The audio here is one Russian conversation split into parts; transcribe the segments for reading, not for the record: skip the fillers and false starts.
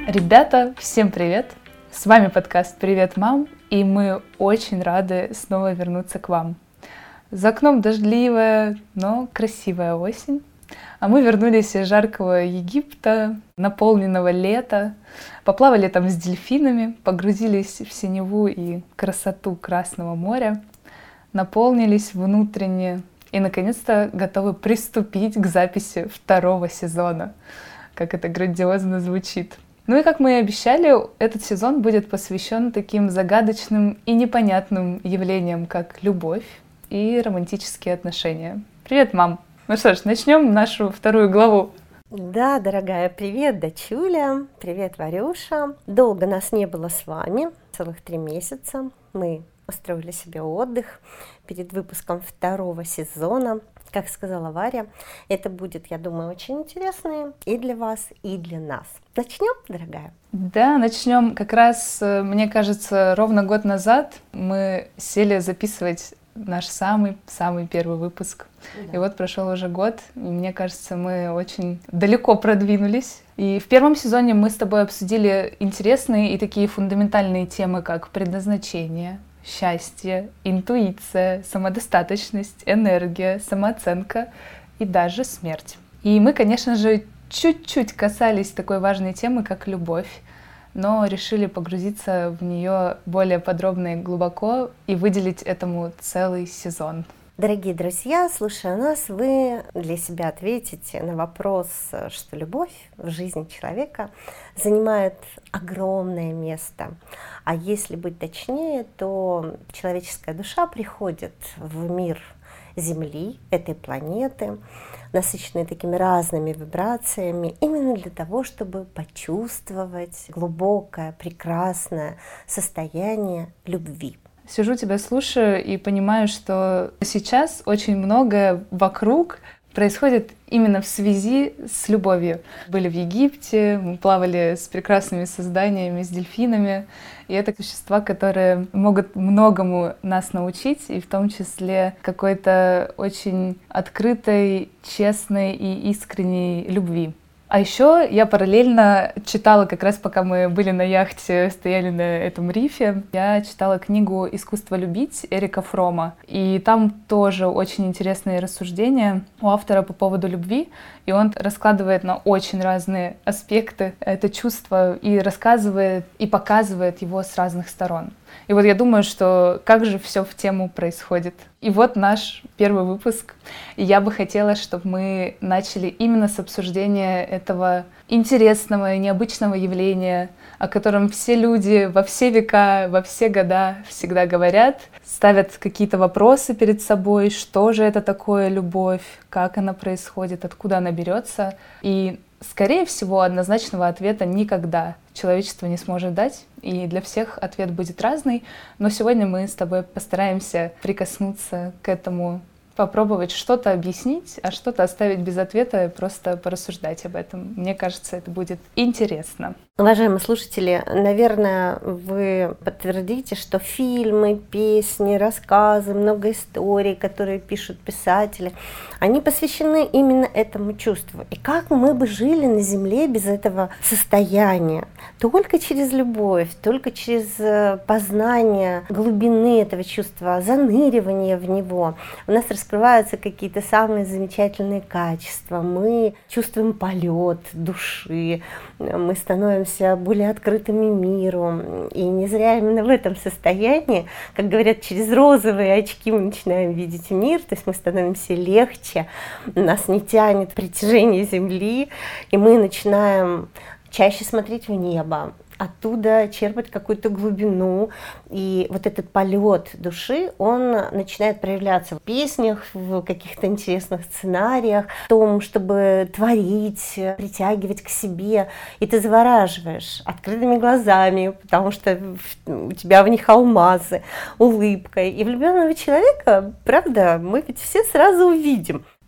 Ребята, всем привет! С вами подкаст «Привет, мам!» и мы очень рады снова вернуться к вам. За окном дождливая, но красивая осень, а мы вернулись из жаркого Египта, наполненного лета, поплавали там с дельфинами, погрузились в синеву и красоту Красного моря, наполнились внутренне и, наконец-то, готовы приступить к записи второго сезона. Как это грандиозно звучит. Ну и как мы и обещали, этот сезон будет посвящен таким загадочным и непонятным явлениям, как любовь и романтические отношения. Привет, мам! Ну что ж, начнем нашу вторую главу. Да, дорогая, привет, дочуля, привет, Варюша. Долго нас не было с вами, целых 3 месяца. Мы устроили себе отдых перед выпуском второго сезона. Как сказала Варя, это будет, я думаю, очень интересно и для вас, и для нас. Начнем, дорогая? Да, начнем. Как раз, мне кажется, ровно год назад мы сели записывать наш самый первый выпуск. Да. И вот прошел уже год, и мне кажется, мы очень далеко продвинулись. И в первом сезоне мы с тобой обсудили интересные и такие фундаментальные темы, как предназначение, счастье, интуиция, самодостаточность, энергия, самооценка и даже смерть. И мы, конечно же, чуть-чуть касались такой важной темы, как любовь, но решили погрузиться в нее более подробно и глубоко и выделить этому целый сезон. Дорогие друзья, слушая нас, вы для себя ответите на вопрос, что любовь в жизни человека занимает огромное место. А если быть точнее, то человеческая душа приходит в мир Земли, этой планеты, насыщенной такими разными вибрациями, именно для того, чтобы почувствовать глубокое, прекрасное состояние любви. Сижу, тебя слушаю и понимаю, что сейчас очень многое вокруг происходит именно в связи с любовью. Были в Египте, мы плавали с прекрасными созданиями, с дельфинами. И это существа, которые могут многому нас научить, и в том числе какой-то очень открытой, честной и искренней любви. А еще я параллельно читала, как раз пока мы были на яхте, стояли на этом рифе, я читала книгу «Искусство любить» Эрика Фрома. И там тоже очень интересные рассуждения у автора по поводу любви. И он раскладывает на очень разные аспекты это чувство и рассказывает, и показывает его с разных сторон. И вот я думаю, что как же все в тему происходит. И вот наш первый выпуск. И я бы хотела, чтобы мы начали именно с обсуждения этого интересного и необычного явления, о котором все люди во все века, во все года всегда говорят, ставят какие-то вопросы перед собой, что же это такое любовь, как она происходит, откуда она берется. И, скорее всего, однозначного ответа никогда человечество не сможет дать, и для всех ответ будет разный, но сегодня мы с тобой постараемся прикоснуться к этому, попробовать что-то объяснить, а что-то оставить без ответа и просто порассуждать об этом. Мне кажется, это будет интересно. Уважаемые слушатели, наверное, вы подтвердите, что фильмы, песни, рассказы, много историй, которые пишут писатели, они посвящены именно этому чувству. И как мы бы жили на Земле без этого состояния? Только через любовь, только через познание глубины этого чувства, заныривание в него. У нас раскрываются какие-то самые замечательные качества. Мы чувствуем полет души, мы становимся более открытыми миру. И не зря именно в этом состоянии, как говорят, через розовые очки мы начинаем видеть мир, то есть мы становимся легче, нас не тянет притяжение Земли, и мы начинаем чаще смотреть в небо, оттуда черпать какую-то глубину. И вот этот полет души, он начинает проявляться в песнях, в каких-то интересных сценариях, в том, чтобы творить, притягивать к себе. И ты завораживаешь открытыми глазами, потому что у тебя в них алмазы, улыбкой. И влюбленного человека, правда, мы ведь все сразу увидим.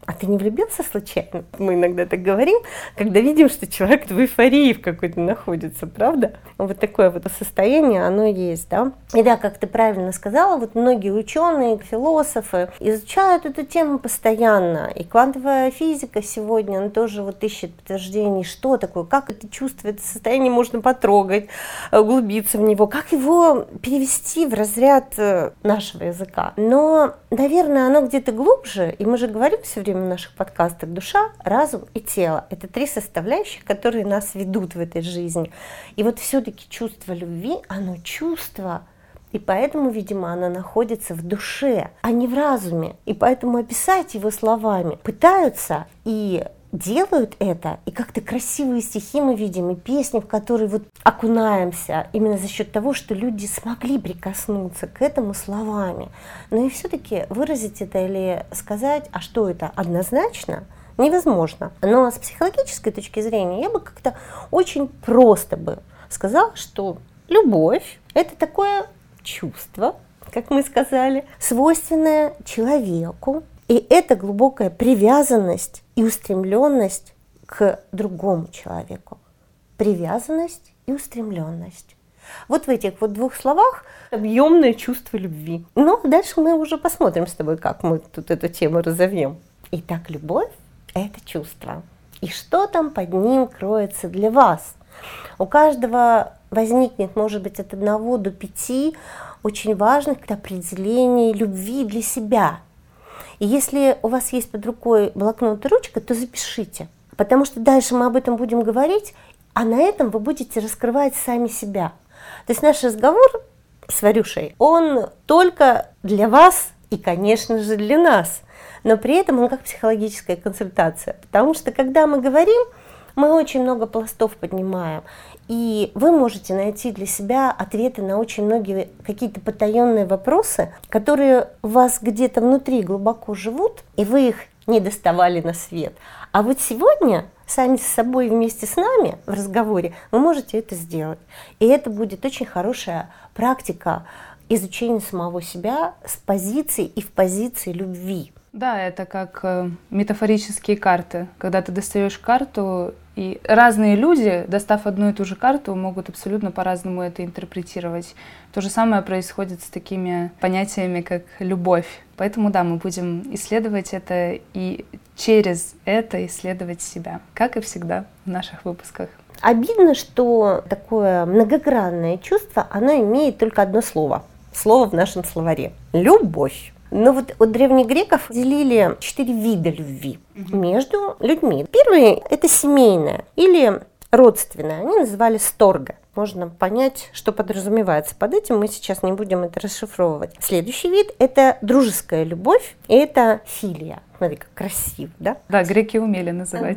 а ты не влюбился случайно? Мы иногда так говорим, когда видим, что человек в эйфории в какой-то находится, правда? Вот такое вот состояние, оно есть, да? И да, как ты правильно сказала, вот многие ученые, философы изучают эту тему постоянно. И квантовая физика сегодня, она тоже вот ищет подтверждений, что такое, как это чувство, это состояние можно потрогать, углубиться в него, как его перевести в разряд нашего языка. Но, наверное, оно где-то глубже, и мы же говорим все время в наших подкастах: душа, разум и тело. Это три составляющих, которые нас ведут в этой жизни. И вот все-таки чувство любви, оно чувство, и поэтому, видимо, оно находится в душе, а не в разуме. И поэтому описать его словами пытаются и делают это, и как-то красивые стихи мы видим, и песни, в которые вот окунаемся, именно за счет того, что люди смогли прикоснуться к этому словами. Но и все-таки выразить это или сказать, а что это однозначно, невозможно. Но с психологической точки зрения я бы как-то очень просто бы сказала, что любовь – это такое чувство, как мы сказали, свойственное человеку, и это глубокая привязанность и устремленность к другому человеку. Привязанность и устремленность. Вот в этих вот двух словах объемное чувство любви. Но дальше мы уже посмотрим с тобой, как мы тут эту тему разовьем. Итак, любовь – это чувство. И что там под ним кроется для вас? У каждого возникнет, может быть, от 1 до 5 очень важных определений любви для себя. И если у вас есть под рукой блокнот и ручка, то запишите, потому что дальше мы об этом будем говорить, а на этом вы будете раскрывать сами себя. То есть наш разговор с Варюшей, он только для вас и, конечно же, для нас, но при этом он как психологическая консультация, потому что когда мы говорим, мы очень много пластов поднимаем, и вы можете найти для себя ответы на очень многие какие-то потаенные вопросы, которые у вас где-то внутри глубоко живут, и вы их не доставали на свет. А вот сегодня сами с собой вместе с нами в разговоре вы можете это сделать. И это будет очень хорошая практика изучения самого себя с позиции и в позиции любви. Да, это как метафорические карты. Когда ты достаешь карту, и разные люди, достав одну и ту же карту, могут абсолютно по-разному это интерпретировать. То же самое происходит с такими понятиями, как любовь. Поэтому да, мы будем исследовать это и через это исследовать себя, как и всегда в наших выпусках. Обидно, что такое многогранное чувство, оно имеет только одно слово. Слово в нашем словаре – любовь. Но вот у древних греков делили 4 вида любви между людьми. Первый – это семейная или родственная. Они называли сторга. Можно понять, что подразумевается под этим. Мы сейчас не будем это расшифровывать. Следующий вид – это дружеская любовь. И это филия. Смотри, как красиво, да? Да, греки умели называть.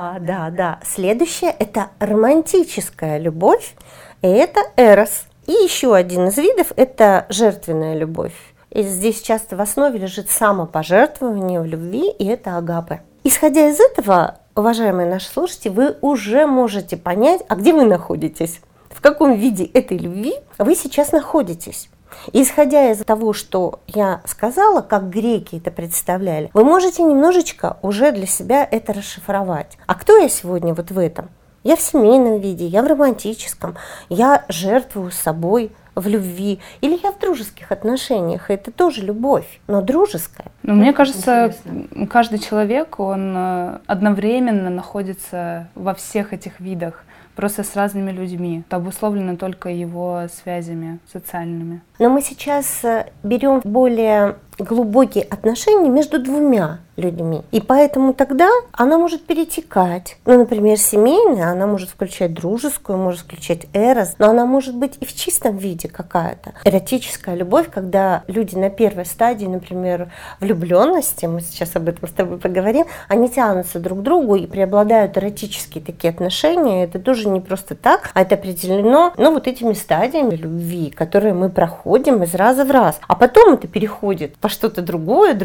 Да. Следующее – это романтическая любовь. И это эрос. И еще один из видов – это жертвенная любовь. И здесь часто в основе лежит самопожертвование в любви, и это агапе. Исходя из этого, уважаемые наши слушатели, вы уже можете понять, а где вы находитесь, в каком виде этой любви вы сейчас находитесь. И исходя из того, что я сказала, как греки это представляли, вы можете немножечко уже для себя это расшифровать. А кто я сегодня вот в этом? Я в семейном виде, я в романтическом, я жертвую собой в любви, или я в дружеских отношениях, это тоже любовь, но дружеская. Но мне кажется, каждый человек, он одновременно находится во всех этих видах, просто с разными людьми. Это обусловлено только его связями социальными. Но мы сейчас берем более глубокие отношения между двумя людьми. И поэтому тогда она может перетекать. Ну, например, семейная, она может включать дружескую, может включать эрос, но она может быть и в чистом виде какая-то. Эротическая любовь, когда люди на первой стадии, например, влюбленности, мы сейчас об этом с тобой поговорим, они тянутся друг к другу и преобладают эротические такие отношения. Это тоже не просто так, а это определено, ну, вот этими стадиями любви, которые мы проходим из раза в раз. А потом это переходит во что-то другое.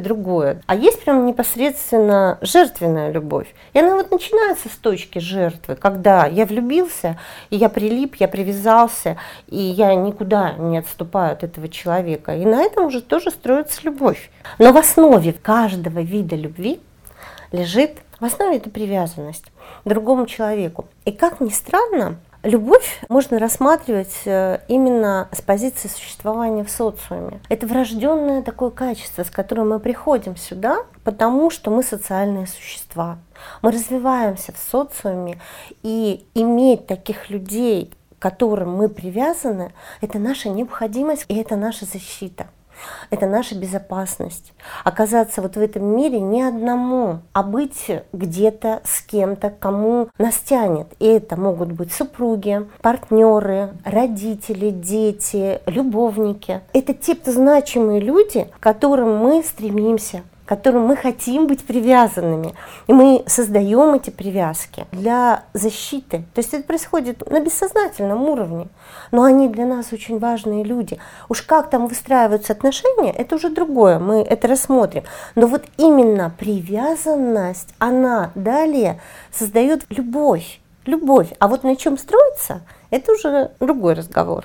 А есть прям непосредственно жертвенная любовь. И она вот начинается с точки жертвы, когда я влюбился, и я прилип, я привязался, и я никуда не отступаю от этого человека. И на этом уже тоже строится любовь. Но в основе каждого вида любви лежит в основе это привязанность к другому человеку. И как ни странно, любовь можно рассматривать именно с позиции существования в социуме. Это врожденное такое качество, с которым мы приходим сюда, потому что мы социальные существа. Мы развиваемся в социуме, и иметь таких людей, к которым мы привязаны, это наша необходимость и это наша защита. Это наша безопасность. Оказаться вот в этом мире не одному, а быть где-то с кем-то, кому нас тянет. И это могут быть супруги, партнеры, родители, дети, любовники. Это те значимые люди, к которым мы стремимся, к которым мы хотим быть привязанными. И мы создаем эти привязки для защиты. То есть это происходит на бессознательном уровне. Но они для нас очень важные люди. Уж как там выстраиваются отношения, это уже другое, мы это рассмотрим. Но вот именно привязанность, она далее создает любовь. Любовь. А вот на чем строится, это уже другой разговор.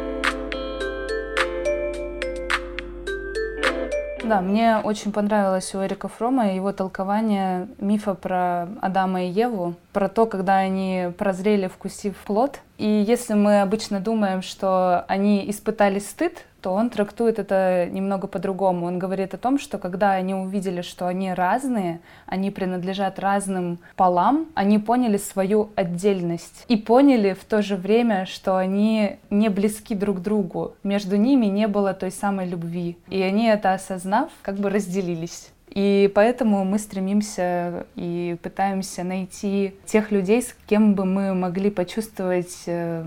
Да, мне очень понравилось у Эрика Фрома его толкование мифа про Адама и Еву, про то, когда они прозрели, вкусив плод. И если мы обычно думаем, что они испытали стыд, то он трактует это немного по-другому. Он говорит о том, что когда они увидели, что они разные, они принадлежат разным полам, они поняли свою отдельность и поняли в то же время, что они не близки друг другу. Между ними не было той самой любви. И они это осознав, как бы разделились. И поэтому мы стремимся и пытаемся найти тех людей, с кем бы мы могли почувствовать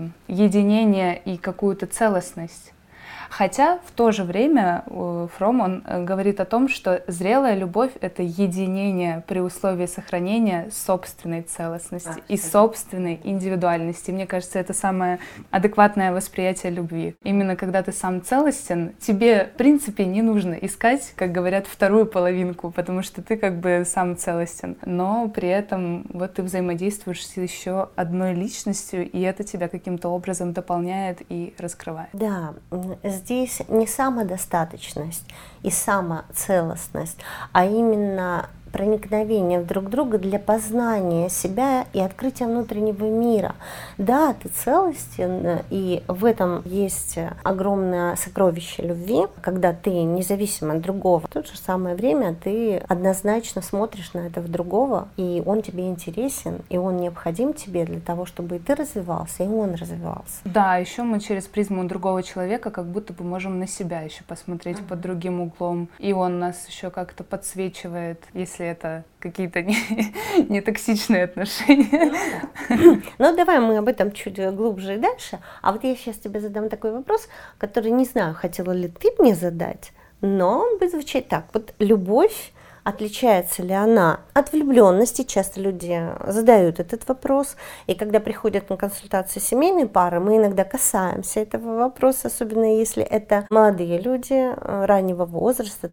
единение и какую-то целостность. Хотя в то же время Фром, он говорит о том, что зрелая любовь — это единение при условии сохранения собственной целостности и собственной индивидуальности. Мне кажется, это самое адекватное восприятие любви. Именно когда ты сам целостен, тебе, в принципе, не нужно искать, как говорят, вторую половинку, потому что ты как бы сам целостен. Но при этом вот ты взаимодействуешь с еще одной личностью, и это тебя каким-то образом дополняет и раскрывает. Да, здесь не самодостаточность и самоцелостность, а именно проникновение в друг друга для познания себя и открытия внутреннего мира. Да, ты целостен, и в этом есть огромное сокровище любви, когда ты независим от другого. В то же самое время ты однозначно смотришь на этого другого, и он тебе интересен, и он необходим тебе для того, чтобы и ты развивался, и он развивался. Да, еще мы через призму другого человека как будто бы можем на себя еще посмотреть под другим углом, и он нас еще как-то подсвечивает, если это какие-то не токсичные отношения. Ну, давай мы об этом чуть глубже и дальше. А вот я сейчас тебе задам такой вопрос, который не знаю, хотела ли ты мне задать, но он будет звучать так. Вот любовь, отличается ли она от влюбленности? Часто люди задают этот вопрос. И когда приходят на консультации семейной пары, мы иногда касаемся этого вопроса, особенно если это молодые люди раннего возраста,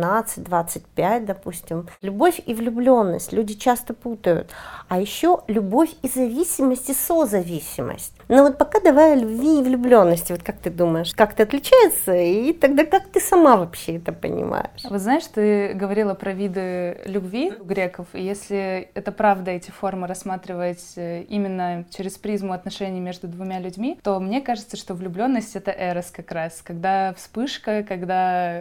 18-25, допустим. Любовь и влюбленность люди часто путают. А еще любовь и зависимость, и созависимость. Но вот пока давай о любви и влюбленности. Вот как ты думаешь, как это отличается? И тогда как ты сама вообще это понимаешь? Вот знаешь, ты говорила про виды любви у греков, и если это правда, эти формы рассматривать именно через призму отношений между двумя людьми, то мне кажется, что влюбленность — это эрос как раз, когда вспышка, когда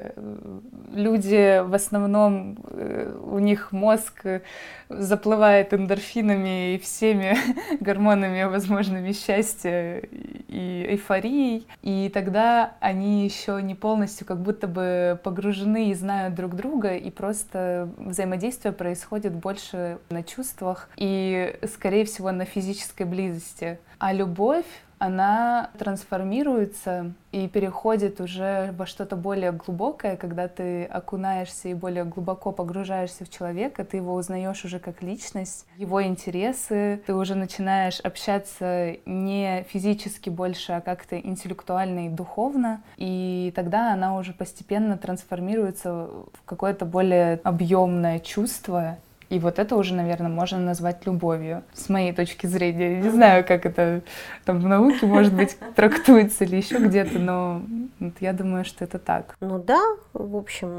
люди в основном, у них мозг заплывает эндорфинами и всеми гормонами возможными счастья и эйфорией, и тогда они еще не полностью как будто бы погружены и знают друг друга, и просто взаимодействие происходит больше на чувствах и, скорее всего, на физической близости. А любовь, она трансформируется и переходит уже во что-то более глубокое, когда ты окунаешься и более глубоко погружаешься в человека, ты его узнаешь уже как личность, его интересы, ты уже начинаешь общаться не физически больше, а как-то интеллектуально и духовно, и тогда она уже постепенно трансформируется в какое-то более объемное чувство. И вот это уже, наверное, можно назвать любовью, с моей точки зрения. Я не знаю, как это там в науке, может быть, трактуется или еще где-то, но вот я думаю, что это так. Ну да, в общем,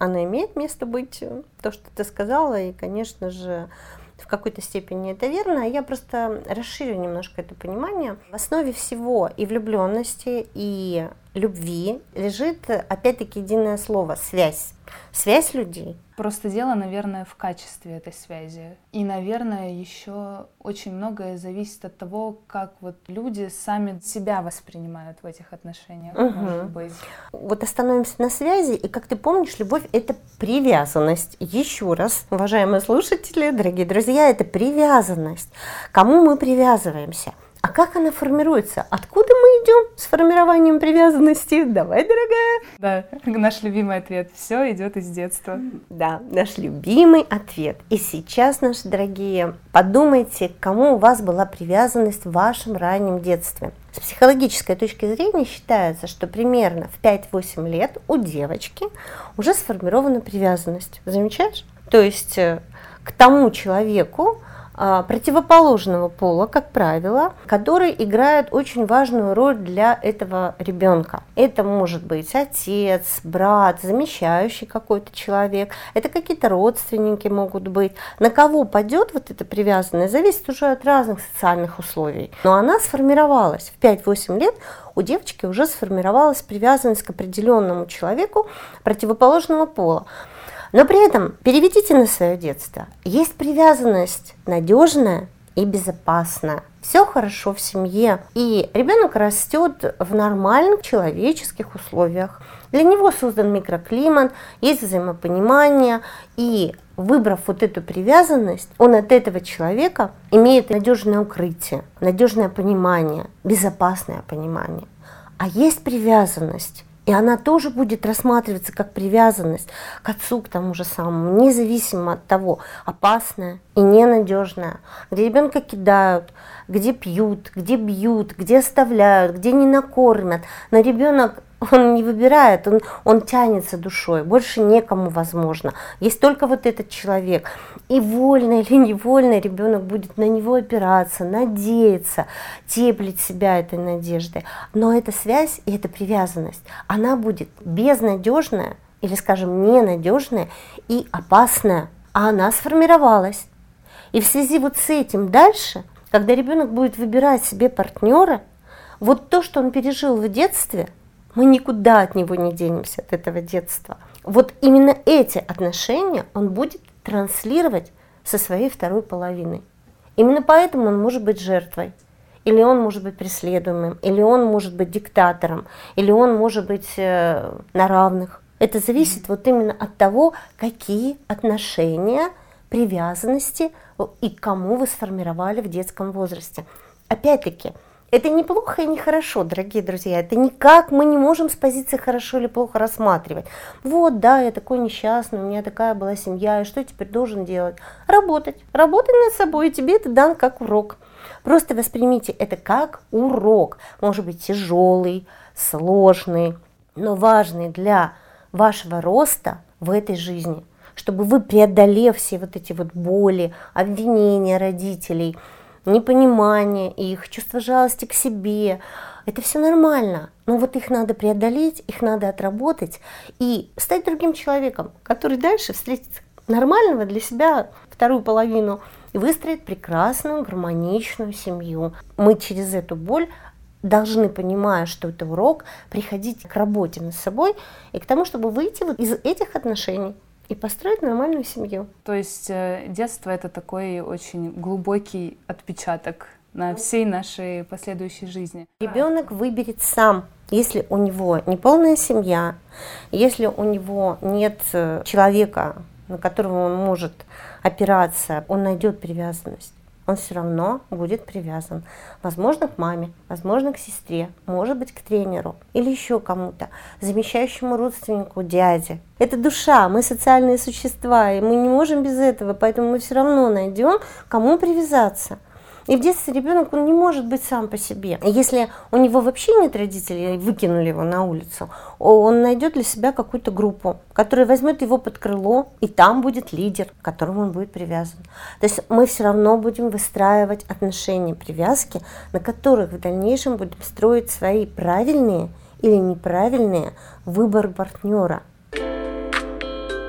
она имеет место быть, то, что ты сказала, и, конечно же, в какой-то степени это верно. Я просто расширю немножко это понимание. В основе всего и влюбленности, и любви лежит, опять-таки, единое слово — связь. Связь людей. Просто дело, наверное, в качестве этой связи. И, наверное, еще очень многое зависит от того, как вот люди сами себя воспринимают в этих отношениях, может быть. Вот остановимся на связи. И, как ты помнишь, любовь — это привязанность. Еще раз, уважаемые слушатели, дорогие друзья, это привязанность. Кому мы привязываемся? А как она формируется? Откуда мы идем с формированием привязанности? Давай, дорогая. Да, наш любимый ответ. Все идет из детства. Да, наш любимый ответ. И сейчас, наши дорогие, подумайте, к кому у вас была привязанность в вашем раннем детстве. С психологической точки зрения считается, что примерно в 5-8 лет у девочки уже сформирована привязанность. Замечаешь? То есть к тому человеку, противоположного пола, как правило, который играет очень важную роль для этого ребенка. Это может быть отец, брат, замещающий какой-то человек, это какие-то родственники могут быть. На кого падет вот эта привязанность, зависит уже от разных социальных условий. Но она сформировалась. В 5-8 лет у девочки уже сформировалась привязанность к определенному человеку противоположного пола. Но при этом переведите на свое детство. Есть привязанность надежная и безопасная. Все хорошо в семье. И ребенок растет в нормальных человеческих условиях. Для него создан микроклимат, есть взаимопонимание. И выбрав вот эту привязанность, он от этого человека имеет надежное укрытие, надежное понимание, безопасное понимание. А есть привязанность. И она тоже будет рассматриваться как привязанность к отцу, к тому же самому, независимо от того, опасная и ненадежная, где ребенка кидают, где пьют, где бьют, где оставляют, где не накормят. Но ребенок, он не выбирает, он тянется душой, больше некому возможно. Есть только вот этот человек. И вольно или невольно ребенок будет на него опираться, надеяться, теплить себя этой надеждой. Но эта связь и эта привязанность, она будет безнадежная или, скажем, ненадежная и опасная. А она сформировалась. И в связи вот с этим дальше, когда ребенок будет выбирать себе партнера, вот то, что он пережил в детстве, мы никуда от него не денемся, от этого детства. Вот именно эти отношения он будет транслировать со своей второй половиной. Именно поэтому он может быть жертвой, или он может быть преследуемым, или он может быть диктатором, или он может быть на равных. Это зависит вот именно от того, какие отношения, привязанности и к кому вы сформировали в детском возрасте. Опять-таки, это не плохо и не хорошо, дорогие друзья. Это никак мы не можем с позиции хорошо или плохо рассматривать. Вот, да, я такой несчастный, у меня такая была семья, и что я теперь должен делать? Работать. Работать над собой, и тебе это дан как урок. Просто воспримите это как урок. Может быть тяжелый, сложный, но важный для вашего роста в этой жизни. Чтобы вы, преодолев все вот эти вот боли, обвинения родителей, непонимание их, чувство жалости к себе. Это все нормально, но вот их надо преодолеть, их надо отработать и стать другим человеком, который дальше встретит нормального для себя вторую половину и выстроит прекрасную, гармоничную семью. Мы через эту боль должны, понимая, что это урок, приходить к работе над собой и к тому, чтобы выйти вот из этих отношений и построить нормальную семью. То есть детство — это такой очень глубокий отпечаток на всей нашей последующей жизни. Ребенок выберет сам, если у него не полная семья, если у него нет человека, на которого он может опираться, он найдет привязанность. Он все равно будет привязан. Возможно, к маме, возможно, к сестре, может быть, к тренеру или еще кому-то, замещающему родственнику, дяде. Это душа, мы социальные существа, и мы не можем без этого, поэтому мы все равно найдем, кому привязаться. И в детстве ребенок, он не может быть сам по себе. Если у него вообще нет родителей, выкинули его на улицу, он найдет для себя какую-то группу, которая возьмет его под крыло, и там будет лидер, к которому он будет привязан. То есть мы все равно будем выстраивать отношения, привязки, на которых в дальнейшем будем строить свои правильные или неправильные выборы партнера.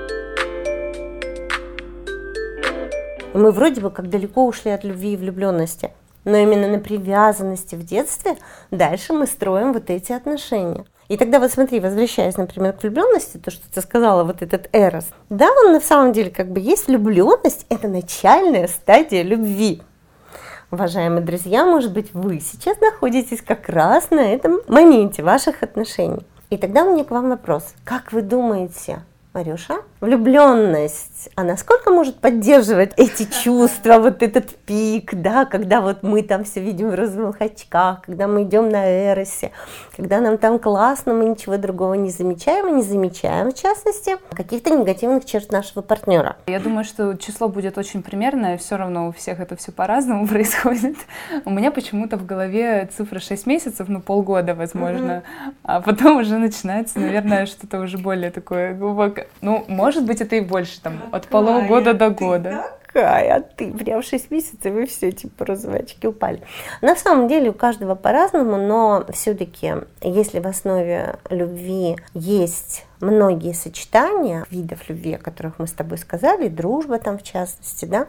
И мы вроде бы как далеко ушли от любви и влюбленности. Но именно на привязанности в детстве дальше мы строим вот эти отношения. И тогда вот смотри, возвращаясь, например, к влюбленности, то, что ты сказала, вот этот эрос, да, он на самом деле как бы есть влюбленность, это начальная стадия любви. Уважаемые друзья, может быть, вы сейчас находитесь как раз на этом моменте ваших отношений. И тогда у меня к вам вопрос. Как вы думаете, Марюша, влюбленность, она сколько может поддерживать эти чувства, вот этот пик, да, когда вот мы там все видим в розовых очках, когда мы идем на эросе, когда нам там классно, мы ничего другого не замечаем, и не замечаем, в частности, каких-то негативных черт нашего партнера. Я думаю, что число будет очень примерное, все равно у всех это все по-разному происходит. У меня почему-то в голове цифра 6 месяцев, ну полгода, возможно, а потом уже начинается, наверное, что-то уже более такое глубокое. Ну, может быть, это и больше, там, от полугода до года. Какая ты, прям 6 месяцев, и все, типа, розовые очки упали. На самом деле у каждого по-разному, но все-таки, если в основе любви есть многие сочетания видов любви, о которых мы с тобой сказали, дружба там в частности, да,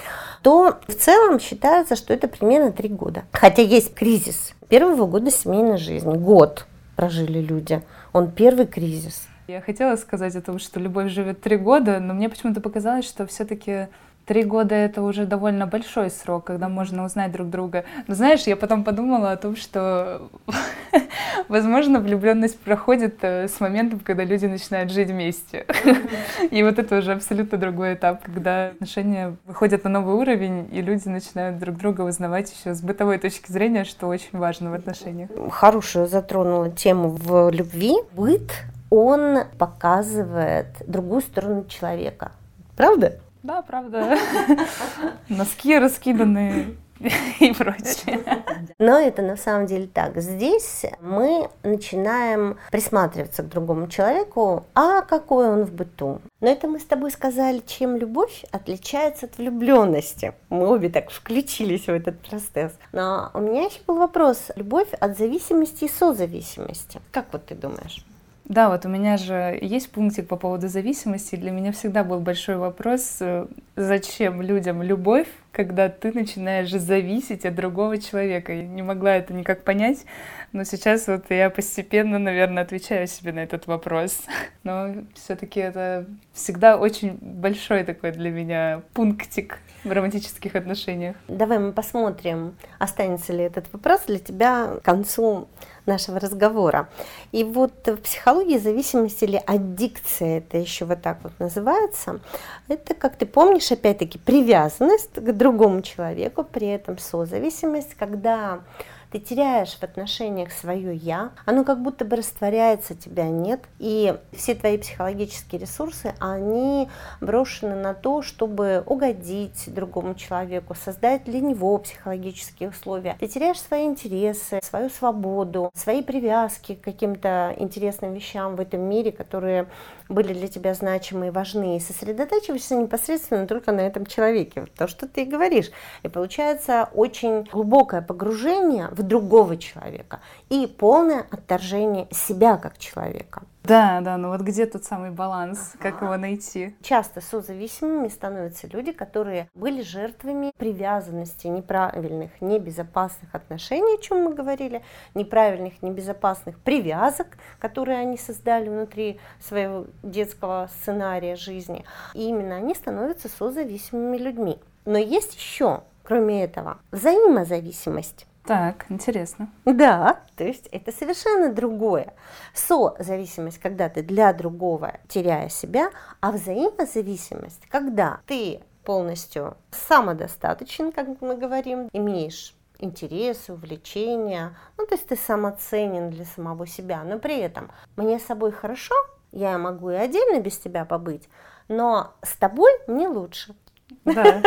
то в целом считается, что это примерно 3 года. Хотя есть кризис первого года семейной жизни. Год прожили люди, он первый кризис. Я хотела сказать о том, что любовь живет 3 года, но мне почему-то показалось, что все-таки 3 года — это уже довольно большой срок, когда можно узнать друг друга. Но знаешь, я потом подумала о том, что, возможно, влюбленность проходит с моментом, когда люди начинают жить вместе. И вот это уже абсолютно другой этап, когда отношения выходят на новый уровень, и люди начинают друг друга узнавать еще с бытовой точки зрения, что очень важно в отношениях. Хорошую затронула тему в любви. Быт, он показывает другую сторону человека. Правда? Да, правда. Носки раскиданы и прочее. Но это на самом деле так. Здесь мы начинаем присматриваться к другому человеку, а какой он в быту. Но это мы с тобой сказали, чем любовь отличается от влюбленности. Мы обе так включились в этот процесс. Но у меня еще был вопрос. Любовь от зависимости и созависимости. Как вот ты думаешь? Да, вот у меня же есть пунктик по поводу зависимости. Для меня всегда был большой вопрос, зачем людям любовь, когда ты начинаешь зависеть от другого человека. Я не могла это никак понять, но сейчас вот я постепенно, наверное, отвечаю себе на этот вопрос. Но все-таки это всегда очень большой такой для меня пунктик в романтических отношениях. Давай мы посмотрим, останется ли этот вопрос для тебя к концу нашего разговора. И вот в психологии зависимость или аддикция, это еще вот так вот называется, это, как ты помнишь, опять-таки привязанность к другому человеку, при этом созависимость, когда ты теряешь в отношениях свое «я», оно как будто бы растворяется, тебя нет, и все твои психологические ресурсы, они брошены на то, чтобы угодить другому человеку, создать для него психологические условия. Ты теряешь свои интересы, свою свободу, свои привязки к каким-то интересным вещам в этом мире, которые были для тебя значимы и важны, и сосредотачиваешься непосредственно только на этом человеке, то, что ты говоришь. И получается очень глубокое погружение в другого человека и полное отторжение себя как человека. Да, ну вот где тот самый баланс, как его найти? Часто созависимыми становятся люди, которые были жертвами привязанности неправильных, небезопасных отношений, о чем мы говорили, неправильных, небезопасных привязок, которые они создали внутри своего детского сценария жизни. И именно они становятся созависимыми людьми. Но есть еще, кроме этого, взаимозависимость. Так, интересно. Да, то есть это совершенно другое. Созависимость, когда ты для другого теряя себя, а взаимозависимость, когда ты полностью самодостаточен, как мы говорим, имеешь интересы, увлечения, ну то есть ты самоценен для самого себя, но при этом мне с собой хорошо, я могу и отдельно без тебя побыть, но с тобой мне лучше. Да,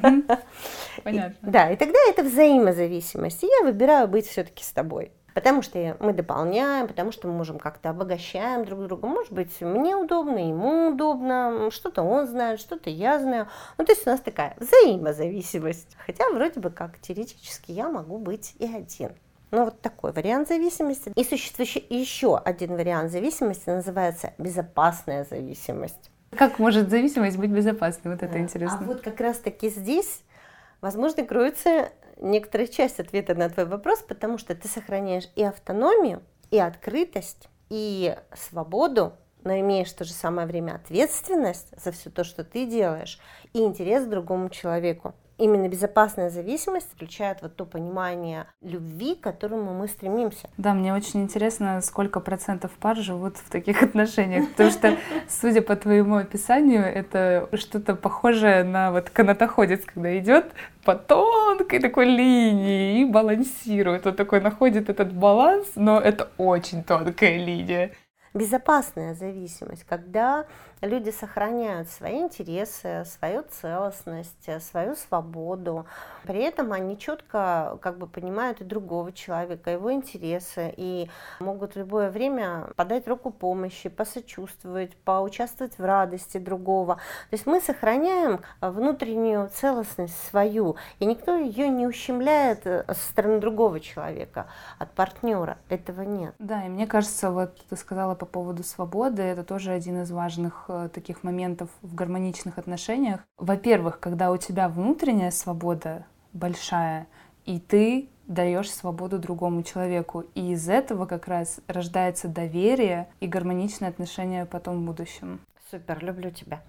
понятно. Да, и тогда это взаимозависимость. И я выбираю быть все-таки с тобой. Потому что мы дополняем, потому что мы можем как-то обогащаем друг друга. Может быть, мне удобно, ему удобно, что-то он знает, что-то я знаю. Ну, то есть у нас такая взаимозависимость. Хотя вроде бы как теоретически я могу быть и один. Ну, вот такой вариант зависимости. И существует еще один вариант зависимости, называется безопасная зависимость. Как может зависимость быть безопасной? Вот это интересно. А вот как раз-таки здесь, возможно, кроется некоторая часть ответа на твой вопрос, потому что ты сохраняешь и автономию, и открытость, и свободу, но имеешь в то же самое время ответственность за все то, что ты делаешь, и интерес к другому человеку. Именно безопасная зависимость включает вот то понимание любви, к которому мы стремимся. Да, мне очень интересно, сколько процентов пар живут в таких отношениях, потому что, судя по твоему описанию, это что-то похожее на вот канатоходец, когда идет по тонкой такой линии и балансирует. Он такой находит этот баланс, но это очень тонкая линия. Безопасная зависимость, когда люди сохраняют свои интересы, свою целостность, свою свободу. При этом они четко понимают и другого человека, его интересы, и могут в любое время подать руку помощи, посочувствовать, поучаствовать в радости другого. То есть мы сохраняем внутреннюю целостность свою, и никто ее не ущемляет со стороны другого человека, от партнера. Этого нет. Да, и мне кажется, вот ты сказала по поводу свободы, это тоже один из важных таких моментов в гармоничных отношениях. Во-первых, когда у тебя внутренняя свобода большая, и ты даешь свободу другому человеку, и из этого как раз рождается доверие и гармоничные отношения потом в будущем. Супер, люблю тебя.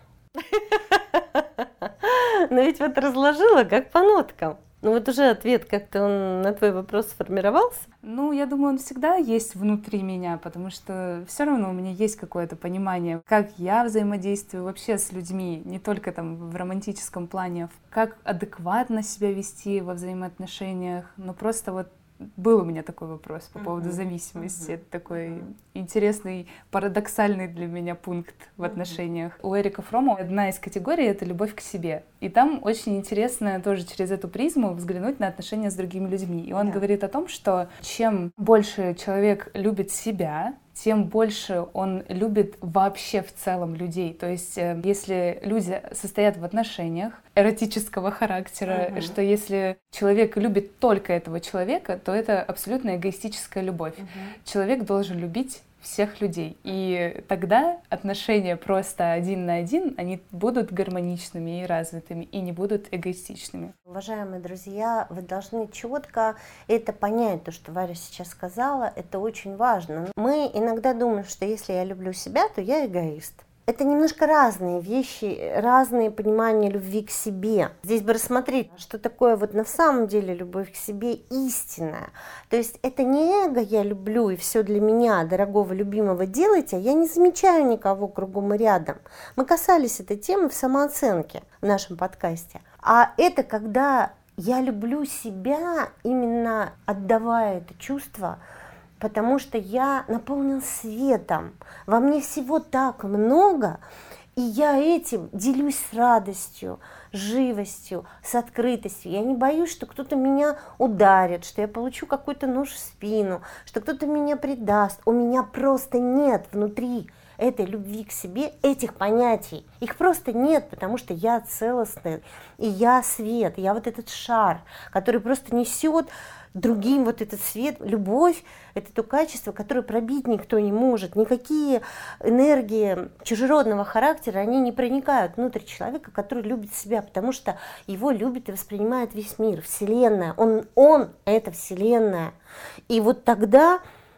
Но ведь вот разложила как по ноткам. Ну вот уже ответ как-то он на твой вопрос сформировался? Ну, я думаю, он всегда есть внутри меня, потому что все равно у меня есть какое-то понимание, как я взаимодействую вообще с людьми, не только там в романтическом плане, как адекватно себя вести во взаимоотношениях, но просто вот был у меня такой вопрос по поводу зависимости. Это такой интересный, парадоксальный для меня пункт в отношениях. У Эрика Фрома одна из категорий — это любовь к себе. И там очень интересно тоже через эту призму взглянуть на отношения с другими людьми. И он говорит о том, что чем больше человек любит себя, тем больше он любит вообще в целом людей. То есть если люди состоят в отношениях эротического характера, что если человек любит только этого человека, то это абсолютно эгоистическая любовь. Человек должен любить всех людей. И тогда отношения просто один на один, они будут гармоничными и развитыми, и не будут эгоистичными. Уважаемые друзья, вы должны четко это понять, то, что Варя сейчас сказала, это очень важно. Мы иногда думаем, что если я люблю себя, то я эгоист. Это немножко разные вещи, разные понимания любви к себе. Здесь бы рассмотреть, что такое вот на самом деле любовь к себе истинная. То есть это не эго «я люблю» и все для меня, дорогого, любимого делайте, а я не замечаю никого кругом и рядом. Мы касались этой темы в самооценке в нашем подкасте. А это когда я люблю себя, именно отдавая это чувство, потому что я наполнен светом, во мне всего так много, и я этим делюсь с радостью, живостью, с открытостью. Я не боюсь, что кто-то меня ударит, что я получу какой-то нож в спину, что кто-то меня предаст. У меня просто нет внутри этой любви к себе, этих понятий. Их просто нет, потому что я целостный, и я свет, я вот этот шар, который просто несет другим вот этот свет, любовь, это то качество, которое пробить никто не может. Никакие энергии чужеродного характера, они не проникают внутрь человека, который любит себя, потому что его любит и воспринимает весь мир, Вселенная. Он это Вселенная. И вот тогда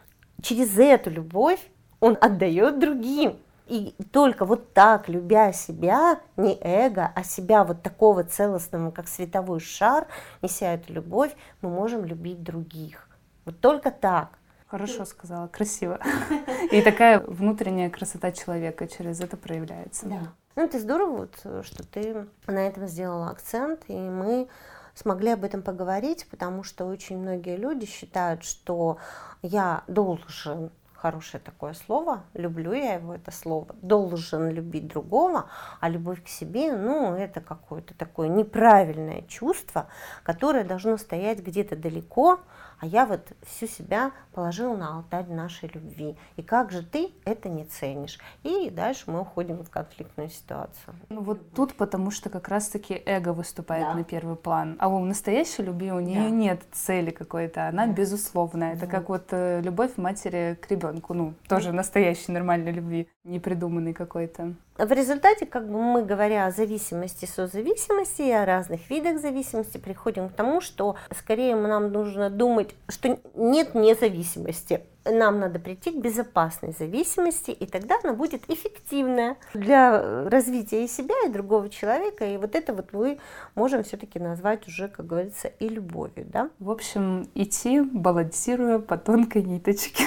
через эту любовь он отдает другим. И только вот так, любя себя, не эго, а себя вот такого целостного, как световой шар, неся эту любовь, мы можем любить других. Вот только так. Хорошо сказала, красиво. И такая внутренняя красота человека через это проявляется. Да. Ну, это здорово, вот, что ты на этом сделала акцент, и мы смогли об этом поговорить, потому что очень многие люди считают, что я должен, хорошее такое слово, люблю я его, это слово, должен любить другого, а любовь к себе, ну, это какое-то такое неправильное чувство, которое должно стоять где-то далеко, а я вот всю себя положила на алтарь нашей любви. И как же ты это не ценишь? И дальше мы уходим в конфликтную ситуацию. Ну вот тут потому что как раз-таки эго выступает на первый план. А у настоящей любви у нее нет цели какой-то, она безусловная. Это как вот любовь матери к ребенку, ну, тоже настоящей нормальной любви. непридуманный какой-то. В результате, как бы мы, говоря о зависимости, созависимости и о разных видах зависимости, приходим к тому, что скорее нам нужно думать, что нет независимости. Нам надо прийти к безопасной зависимости, и тогда она будет эффективная для развития и себя, и другого человека. И вот это вот мы можем все-таки назвать уже, как говорится, и любовью. Да? В общем, идти, балансируя по тонкой ниточке.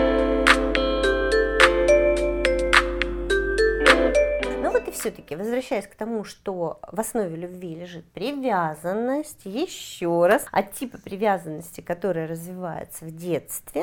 Все-таки, возвращаясь к тому, что в основе любви лежит привязанность, еще раз, от типа привязанности, которая развивается в детстве,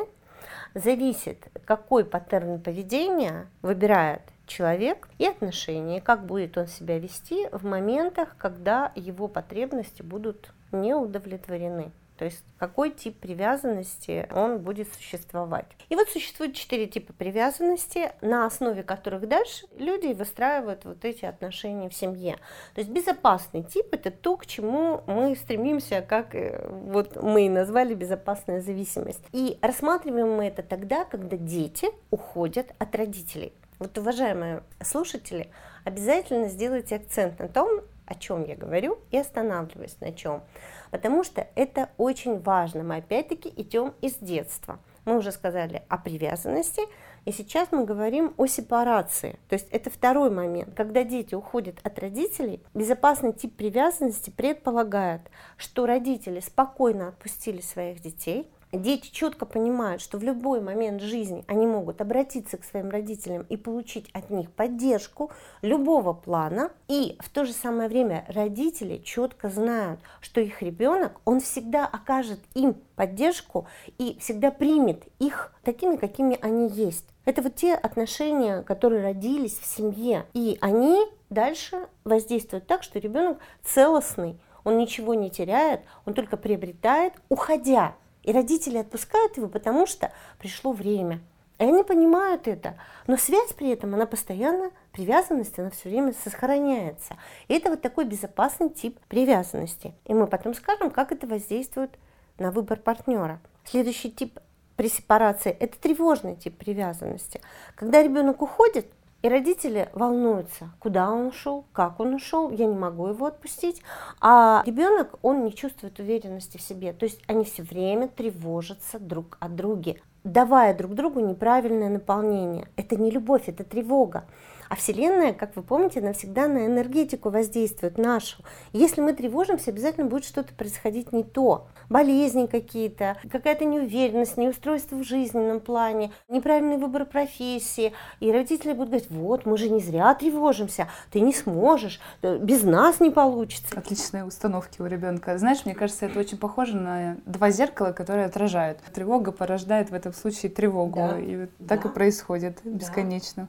зависит, какой паттерн поведения выбирает человек и отношения, как будет он себя вести в моментах, когда его потребности будут не удовлетворены. То есть какой тип привязанности он будет существовать. И вот существует 4 типа привязанности, на основе которых дальше люди выстраивают вот эти отношения в семье. То есть безопасный тип – это то, к чему мы стремимся, как вот мы и назвали безопасная зависимость. И рассматриваем мы это тогда, когда дети уходят от родителей. Вот, уважаемые слушатели, обязательно сделайте акцент на том, о чем я говорю, и останавливаюсь на чем. Потому что это очень важно. Мы опять-таки идем из детства. Мы уже сказали о привязанности, и сейчас мы говорим о сепарации. То есть это второй момент. Когда дети уходят от родителей, безопасный тип привязанности предполагает, что родители спокойно отпустили своих детей. Дети четко понимают, что в любой момент жизни они могут обратиться к своим родителям и получить от них поддержку любого плана. И в то же самое время родители четко знают, что их ребенок, он всегда окажет им поддержку и всегда примет их такими, какими они есть. Это вот те отношения, которые родились в семье. И они дальше воздействуют так, что ребенок целостный, он ничего не теряет, он только приобретает, уходя. И родители отпускают его, потому что пришло время. И они понимают это. Но связь при этом, она постоянно, привязанность, она все время сохраняется. И это вот такой безопасный тип привязанности. И мы потом скажем, как это воздействует на выбор партнера. Следующий тип при сепарации – это тревожный тип привязанности. Когда ребенок уходит, и родители волнуются, куда он ушел, как он ушел, я не могу его отпустить. А ребенок, он не чувствует уверенности в себе. То есть они все время тревожатся друг о друге, давая друг другу неправильное наполнение. Это не любовь, это тревога. А Вселенная, как вы помните, она всегда на энергетику воздействует нашу. Если мы тревожимся, обязательно будет что-то происходить не то. Болезни какие-то, какая-то неуверенность, неустройство в жизненном плане, неправильный выбор профессии. И родители будут говорить, вот, мы же не зря тревожимся, ты не сможешь, без нас не получится. Отличные установки у ребенка. Знаешь, мне кажется, это очень похоже на два зеркала, которые отражают. Тревога порождает в этом случае тревогу. Да. И вот так и происходит бесконечно.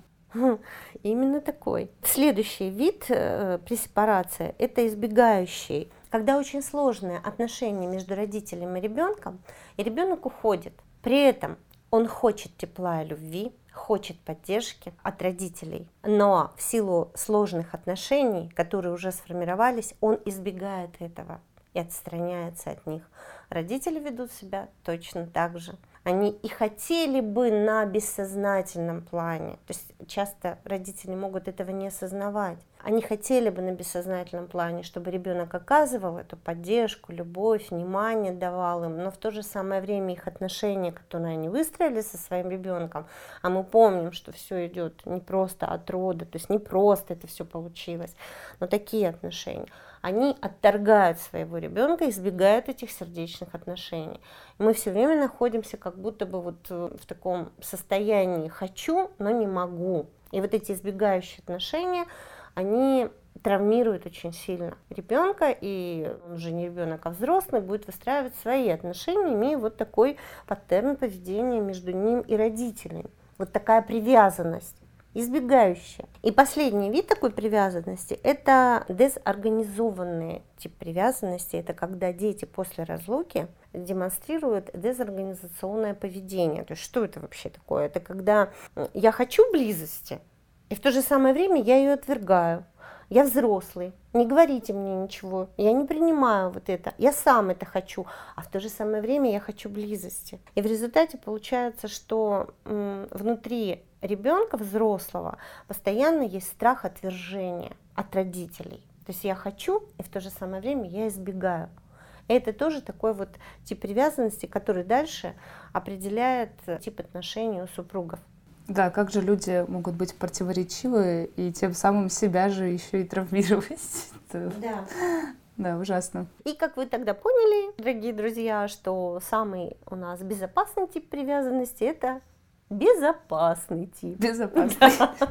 Именно такой. Следующий вид при сепарации – это избегающий, когда очень сложные отношения между родителем и ребенок уходит. При этом он хочет тепла и любви, хочет поддержки от родителей, но в силу сложных отношений, которые уже сформировались, он избегает этого и отстраняется от них. Родители ведут себя точно так же. Они и хотели бы на бессознательном плане, то есть часто родители могут этого не осознавать, они хотели бы на бессознательном плане, чтобы ребенок оказывал эту поддержку, любовь, внимание давал им, но в то же самое время их отношения, которые они выстроили со своим ребенком, а мы помним, что все идет не просто от рода, то есть не просто это все получилось, но такие отношения, они отторгают своего ребенка, избегают этих сердечных отношений. Мы все время находимся как будто бы вот в таком состоянии «хочу, но не могу». И вот эти избегающие отношения, они травмируют очень сильно ребенка, и он уже не ребенок, а взрослый будет выстраивать свои отношения, имея вот такой паттерн поведения между ним и родителями. Вот такая привязанность. Избегающая. И последний вид такой привязанности – это дезорганизованный тип привязанности. Это когда дети после разлуки демонстрируют дезорганизационное поведение. То есть что это вообще такое? Это когда я хочу близости, и в то же самое время я ее отвергаю. Я взрослый, не говорите мне ничего, я не принимаю вот это, я сам это хочу, а в то же самое время я хочу близости. И в результате получается, что внутри ребенка взрослого постоянно есть страх отвержения от родителей. То есть я хочу, и в то же самое время я избегаю. И это тоже такой вот тип привязанности, который дальше определяет тип отношений у супругов. Да, как же люди могут быть противоречивы и тем самым себя же еще и травмировать. Да. Да, ужасно. И как вы тогда поняли, дорогие друзья, что самый у нас безопасный тип привязанности — это безопасный тип. Безопасный.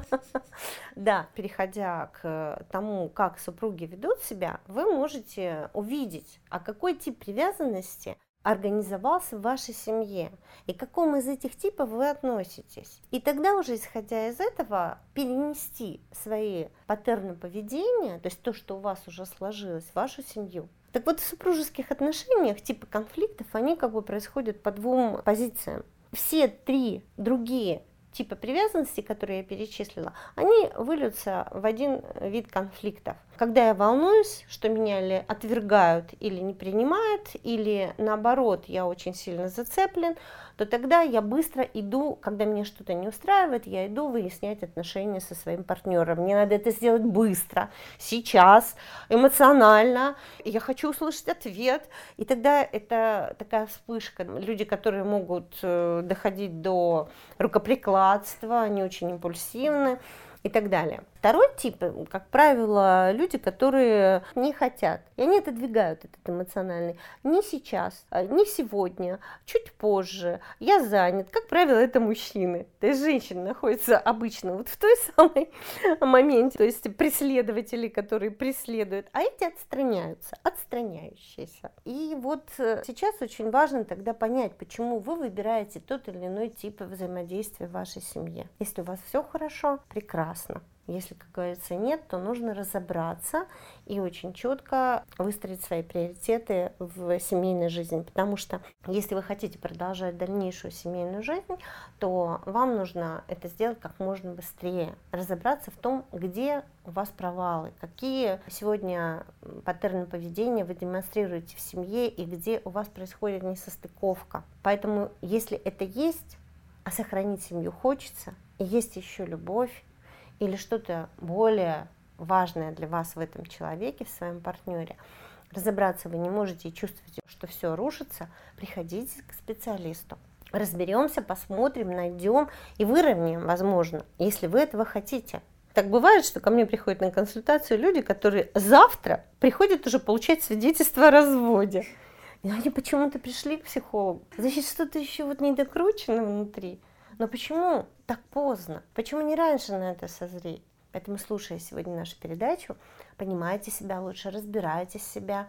Да, переходя к тому, как супруги ведут себя, вы можете увидеть, а какой тип привязанности организовался в вашей семье и к какому из этих типов вы относитесь. И тогда уже, исходя из этого, перенести свои паттерны поведения, то есть то, что у вас уже сложилось, в вашу семью. Так вот, в супружеских отношениях типы конфликтов, они как бы происходят по двум позициям. Все три другие типа привязанности, которые я перечислила, они выльются в один вид конфликтов. Когда я волнуюсь, что меня или отвергают, или не принимают, или наоборот, я очень сильно зацеплен, то тогда я быстро иду, когда меня что-то не устраивает, я иду выяснять отношения со своим партнером. Мне надо это сделать быстро, сейчас, эмоционально. Я хочу услышать ответ. И тогда это такая вспышка. Люди, которые могут доходить до рукоприкладства, они очень импульсивны и так далее. Второй тип, как правило, люди, которые не хотят, и они отодвигают этот эмоциональный. Не сейчас, не сегодня, чуть позже, я занят. Как правило, это мужчины. То есть женщины находятся обычно вот в той самой моменте, то есть преследователи, которые преследуют, а эти отстраняются, отстраняющиеся. И вот сейчас очень важно тогда понять, почему вы выбираете тот или иной тип взаимодействия в вашей семье. Если у вас все хорошо, прекрасно. Если, как говорится, нет, то нужно разобраться и очень четко выстроить свои приоритеты в семейной жизни. Потому что если вы хотите продолжать дальнейшую семейную жизнь, то вам нужно это сделать как можно быстрее. Разобраться в том, где у вас провалы, какие сегодня паттерны поведения вы демонстрируете в семье и где у вас происходит несостыковка. Поэтому, если это есть, а сохранить семью хочется, и есть еще любовь, или что-то более важное для вас в этом человеке, в своем партнере, разобраться вы не можете и чувствуете, что все рушится, приходите к специалисту. Разберемся, посмотрим, найдем и выровняем, возможно, если вы этого хотите. Так бывает, что ко мне приходят на консультацию люди, которые завтра приходят уже получать свидетельство о разводе. И они почему-то пришли к психологу. Значит, что-то еще вот недокручено внутри. Но почему так поздно? Почему не раньше на это созреть? Поэтому, слушая сегодня нашу передачу, понимайте себя лучше, разбирайте себя.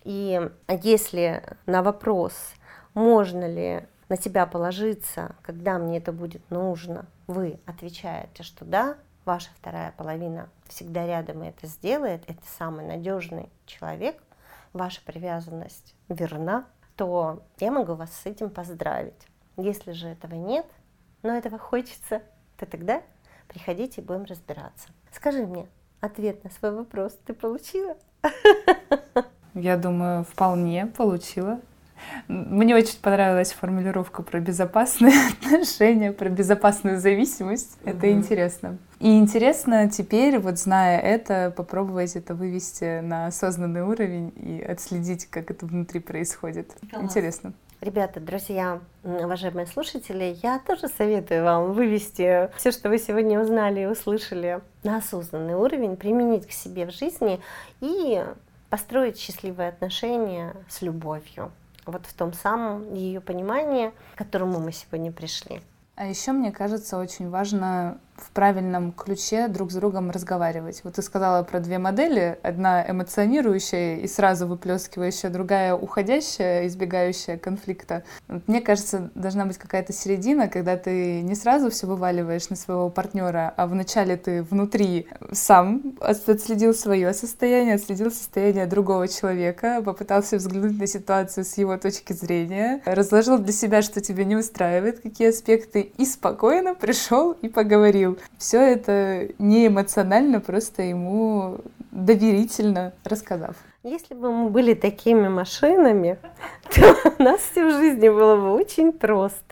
И если на вопрос, можно ли на тебя положиться, когда мне это будет нужно, вы отвечаете, что да, ваша вторая половина всегда рядом и это сделает, это самый надежный человек, ваша привязанность верна, то я могу вас с этим поздравить. Если же этого нет, но этого хочется, то тогда приходите и будем разбираться. Скажи мне, ответ на свой вопрос ты получила? Я думаю, вполне получила. Мне очень понравилась формулировка про безопасные отношения, про безопасную зависимость. Это интересно. И интересно теперь, вот зная это, попробовать это вывести на осознанный уровень и отследить, как это внутри происходит. Класс. Интересно. Ребята, друзья, уважаемые слушатели, я тоже советую вам вывести все, что вы сегодня узнали и услышали, на осознанный уровень, применить к себе в жизни и построить счастливые отношения с любовью. Вот в том самом ее понимании, к которому мы сегодня пришли. А еще, мне кажется, очень важно в правильном ключе друг с другом разговаривать. Вот ты сказала про две модели. Одна эмоционирующая и сразу выплескивающая, другая уходящая, избегающая конфликта. Вот мне кажется, должна быть какая-то середина, когда ты не сразу все вываливаешь на своего партнера, а вначале ты внутри сам отследил свое состояние, отследил состояние другого человека, попытался взглянуть на ситуацию с его точки зрения, разложил для себя, что тебя не устраивает, какие аспекты, и спокойно пришел и поговорил. Все это не эмоционально, просто ему доверительно рассказав. Если бы мы были такими машинами, то у нас все в жизни было бы очень просто.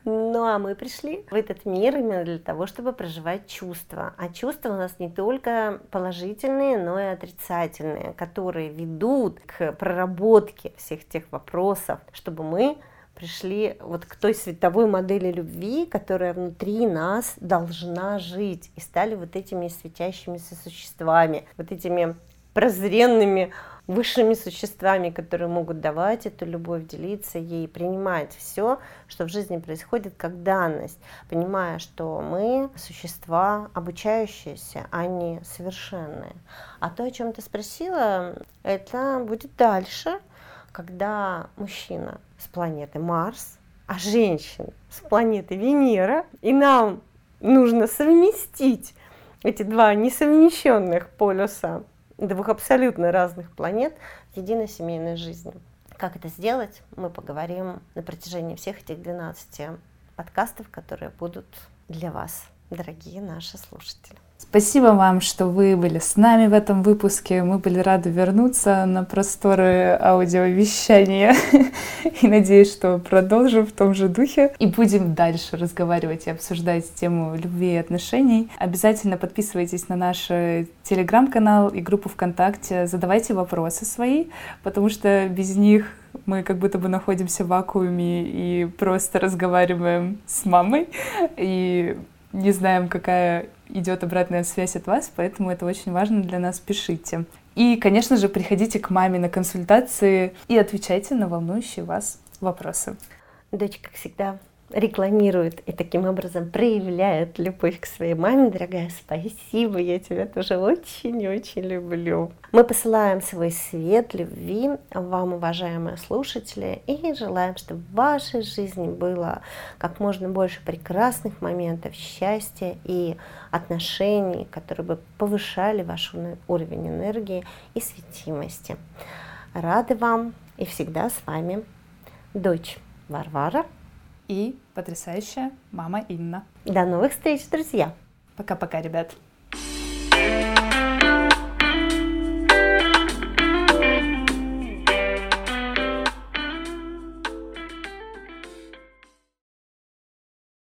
Ну а мы пришли в этот мир именно для того, чтобы проживать чувства. А чувства у нас не только положительные, но и отрицательные, которые ведут к проработке всех тех вопросов, чтобы мы пришли вот к той световой модели любви, которая внутри нас должна жить, и стали вот этими светящимися существами, вот этими прозренными высшими существами, которые могут давать эту любовь, делиться ей, принимать все, что в жизни происходит, как данность, понимая, что мы существа обучающиеся, а не совершенные. А то, о чем ты спросила, это будет дальше, когда мужчина с планеты Марс, а женщина с планеты Венера, и нам нужно совместить эти два несовмещенных полюса двух абсолютно разных планет в единой семейной жизни. Как это сделать, мы поговорим на протяжении всех этих 12 подкастов, которые будут для вас, дорогие наши слушатели. Спасибо вам, что вы были с нами в этом выпуске. Мы были рады вернуться на просторы аудиовещания. И надеюсь, что продолжим в том же духе. И будем дальше разговаривать и обсуждать тему любви и отношений. Обязательно подписывайтесь на наш телеграм-канал и группу ВКонтакте. Задавайте вопросы свои, потому что без них мы как будто бы находимся в вакууме и просто разговариваем с мамой. И не знаем, какая идет обратная связь от вас, поэтому это очень важно для нас. Пишите. И, конечно же, приходите к маме на консультации и отвечайте на волнующие вас вопросы. Дочь, как всегда, рекламирует и таким образом проявляет любовь к своей маме. Дорогая, спасибо, я тебя тоже очень-очень люблю. Мы посылаем свой свет любви вам, уважаемые слушатели, и желаем, чтобы в вашей жизни было как можно больше прекрасных моментов счастья и отношений, которые бы повышали ваш уровень энергии и светимости. Рады вам, и всегда с вами дочь Варвара и потрясающая мама Инна. До новых встреч, друзья! Пока-пока, ребят!